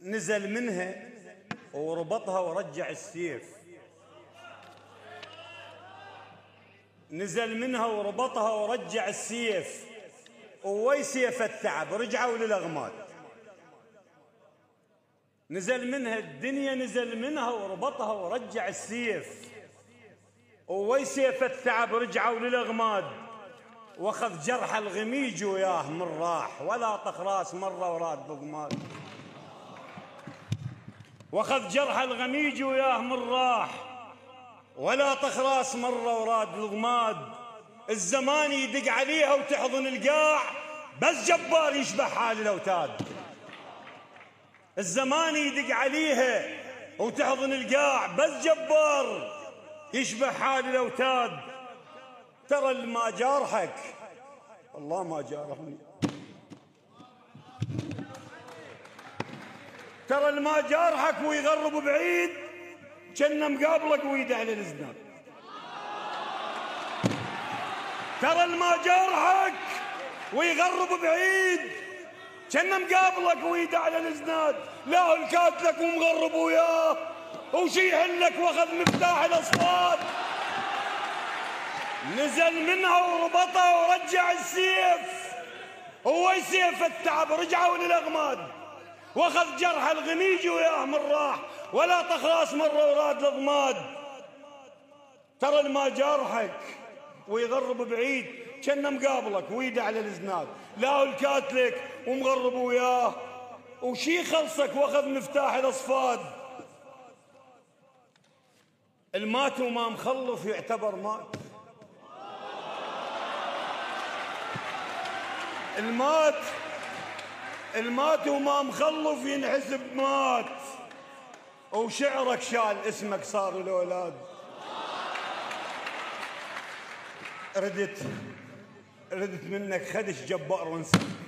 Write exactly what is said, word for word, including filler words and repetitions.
نزل منها وربطها ورجع السيف. نزل منها وربطها ورجع السيف، ووي سيف التعب رجعوا للأغماد. نزل منها الدنيا، نزل منها وربطها ورجع السيف، ووي سيف التعب رجعوا للأغماد. واخذ جرح الغميج وياه من راح، ولا طخراس مرة وراد بغماد. واخذ جرح الغميج وياه من راح، ولا طخراس مرة وراد الغماد. الزمان يدق عليها وتحضن القاع، بس جبار يشبه حال الأوتاد. الزمان يدق عليها وتحضن القاع، بس جبار يشبه حال الأوتاد. ترى اللي ما جارحك والله ما جارحني، ترى اللي ما جارحك ويغرب بعيد كنا مقابلك ويدع للزناد. ترى اللي ما جارحك ويغرب بعيد كنا مقابلك ويدع للزناد. لا الكاتلك ومغرب وياه وشي يحلك واخذ مفتاح الاصوات. نزل منها وربطها ورجع السيف، هو سيف التعب رجعوا للأغماد. واخذ جرح الغميج وياه من راح، ولا طخراس مرة وراد الضماد. ترى اللي ما جارحك ويغرب بعيد كنا مقابلك ويدع للزناد. لا الكاتلك ومغرب وياه وشي خلصك واخذ مفتاح الاصفاد. المات وما مخلف يعتبر مات. المات المات وما مخلف ينحسب مات. وشعرك شال اسمك صار الأولاد. ردت ردت منك خدش جبار وانسى.